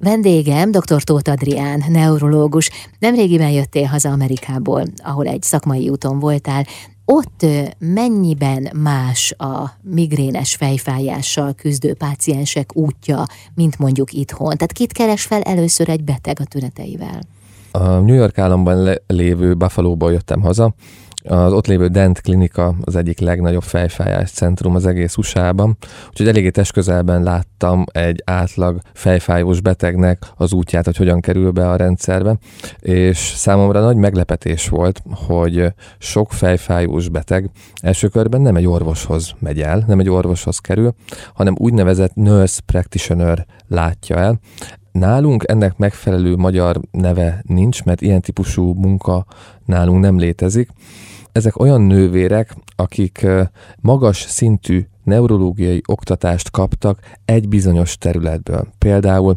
Vendégem dr. Tóth Adrián, neurológus. Nemrégiben jöttél haza Amerikából, ahol egy szakmai úton voltál. Ott mennyiben más a migrénes fejfájással küzdő páciensek útja, mint mondjuk itthon? Tehát kit keres fel először egy beteg a tüneteivel? A New York államban lévő Buffalo-ból jöttem haza. Az ott lévő Dent Klinika az egyik legnagyobb fejfájás centrum az egész USA-ban, úgyhogy eléggé testközelben láttam egy átlag fejfájós betegnek az útját, hogy hogyan kerül be a rendszerbe, és számomra nagy meglepetés volt, hogy sok fejfájós beteg első körben nem egy orvoshoz megy el, nem egy orvoshoz kerül, hanem úgynevezett nurse practitioner látja el. Nálunk ennek megfelelő magyar neve nincs, mert ilyen típusú munka nálunk nem létezik. Ezek olyan nővérek, akik magas szintű neurológiai oktatást kaptak egy bizonyos területből. Például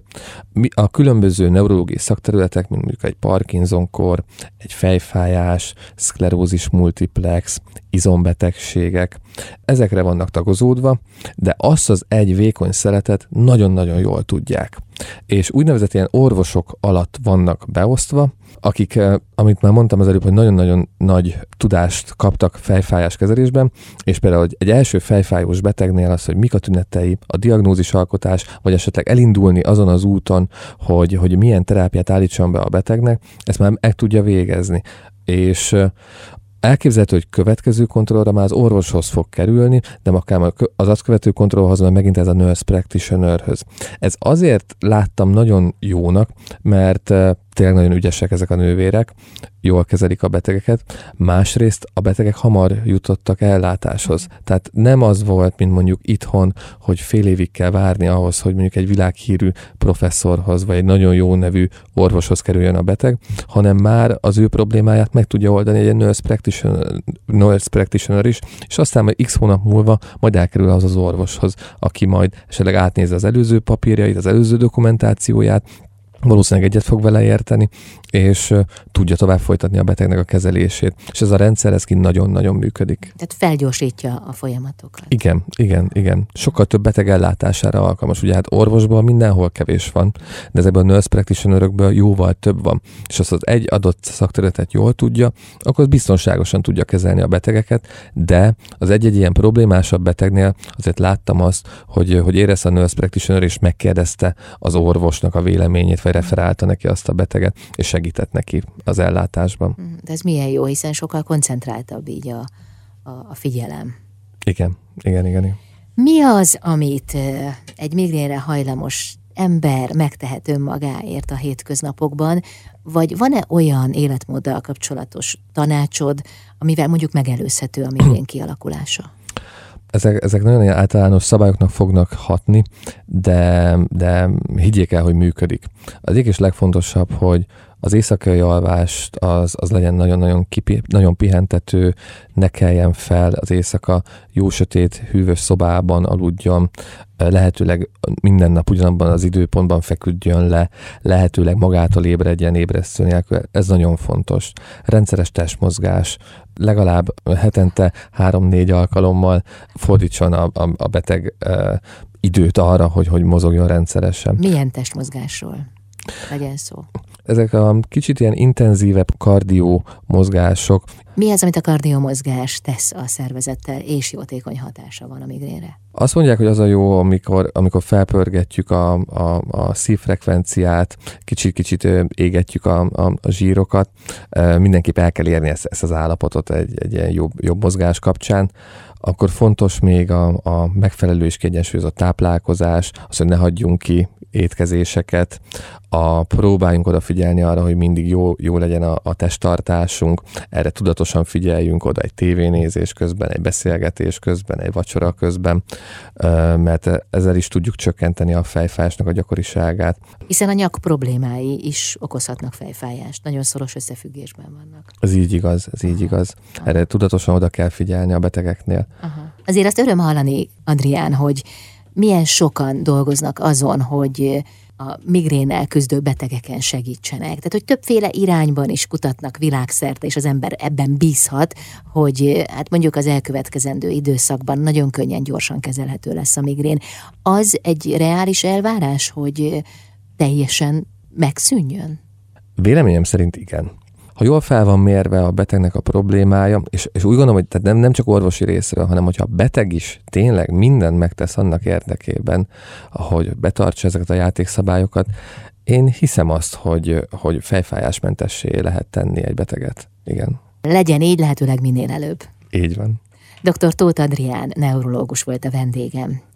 a különböző neurológiai szakterületek, mint mondjuk egy Parkinson-kór, egy fejfájás, szklerózis multiplex, izombetegségek, ezekre vannak tagozódva, de azt az egy vékony szeletet nagyon-nagyon jól tudják. És úgynevezett ilyen orvosok alatt vannak beosztva, akik, amit már mondtam az előbb, hogy nagyon-nagyon nagy tudást kaptak fejfájás kezelésben, és például egy első fejfájós betegnél az, hogy mik a tünetei, a diagnózisalkotás, vagy esetleg elindulni azon az úton, hogy milyen terápiát állítson be a betegnek, ezt már meg tudja végezni. És elképzelhető, hogy következő kontrollra már az orvoshoz fog kerülni, de akár az azt követő kontrollhoz, mert megint ez a nurse practitionerhöz. Ez azért láttam nagyon jónak, mert tényleg nagyon ügyesek ezek a nővérek, jól kezelik a betegeket, másrészt a betegek hamar jutottak ellátáshoz. Tehát nem az volt, mint mondjuk itthon, hogy fél évig kell várni ahhoz, hogy mondjuk egy világhírű professzorhoz, vagy egy nagyon jó nevű orvoshoz kerüljön a beteg, hanem már az ő problémáját meg tudja oldani egy nurse practitioner is, és aztán majd x hónap múlva majd elkerül az orvoshoz, aki majd esetleg átnézi az előző papírjait, az előző dokumentációját, valószínűleg egyet fog vele érteni, és tudja tovább folytatni a betegnek a kezelését. És ez a rendszer, ez kint nagyon-nagyon működik. Tehát felgyorsítja a folyamatokat. Igen. Sokkal több beteg ellátására alkalmas. Ugye hát orvosban mindenhol kevés van, de ezekben a nurse practitionerökből jóval több van. És azt az egy adott szakterületet jól tudja, akkor biztonságosan tudja kezelni a betegeket, de az egy-egy ilyen problémásabb betegnél azért láttam azt, hogy érez a nurse practitioner, és megkérdezte az orvosnak a véleményét, vagy referálta neki azt a beteget, és segített neki az ellátásban. De ez milyen jó, hiszen sokkal koncentráltabb így a figyelem. Igen. Mi az, amit egy migrénre hajlamos ember megtehet önmagáért a hétköznapokban, vagy van-e olyan életmóddal kapcsolatos tanácsod, amivel mondjuk megelőzhető a migrén kialakulása? Ezek nagyon ilyen általános szabályoknak fognak hatni, de higgyék el, hogy működik. Az egyik és legfontosabb, hogy az éjszakai alvást az legyen nagyon pihentető, ne keljen fel az éjszaka, jó sötét, hűvös szobában aludjon, lehetőleg minden nap ugyanabban az időpontban feküdjön le, lehetőleg magától ébredjen ébresztő nélkül. Ez nagyon fontos. Rendszeres testmozgás, legalább hetente 3-4 alkalommal fordítson a beteg időt arra, hogy mozogjon rendszeresen. Milyen testmozgásról legyen szó? Ezek a kicsit ilyen intenzívebb kardió mozgások. Mi az, amit a kardiomozgás tesz a szervezettel, és jótékony hatása van a migrénre? Azt mondják, hogy az a jó, amikor felpörgetjük a szívfrekvenciát, kicsit égetjük a zsírokat, mindenképp el kell érni ezt az állapotot egy ilyen jobb mozgás kapcsán. Akkor fontos még a megfelelő és kiegyensúlyozott táplálkozás, az, hogy ne hagyjunk ki étkezéseket, próbáljunk odafigyelni arra, hogy mindig jó legyen a testtartásunk, erre tudatosan figyeljünk oda egy tévénézés közben, egy beszélgetés közben, egy vacsora közben, mert ezzel is tudjuk csökkenteni a fejfájásnak a gyakoriságát. Hiszen a nyak problémái is okozhatnak fejfájást, nagyon szoros összefüggésben vannak. Ez így igaz. Erre tudatosan oda kell figyelni a betegeknél. Aha. Azért azt öröm hallani, Adrián, hogy milyen sokan dolgoznak azon, hogy a migrénnel küzdő betegeken segítsenek. Tehát, hogy többféle irányban is kutatnak világszerte, és az ember ebben bízhat, hogy hát mondjuk az elkövetkezendő időszakban nagyon könnyen, gyorsan kezelhető lesz a migrén. Az egy reális elvárás, hogy teljesen megszűnjön? Véleményem szerint igen. Ha jól fel van mérve a betegnek a problémája, és úgy gondolom, hogy tehát nem csak orvosi részről, hanem hogyha a beteg is tényleg mindent megtesz annak érdekében, hogy betartsa ezeket a játékszabályokat, én hiszem azt, hogy fejfájásmentessé lehet tenni egy beteget. Igen. Legyen így lehetőleg minél előbb. Így van. Dr. Tóth Adrián neurológus volt a vendégem.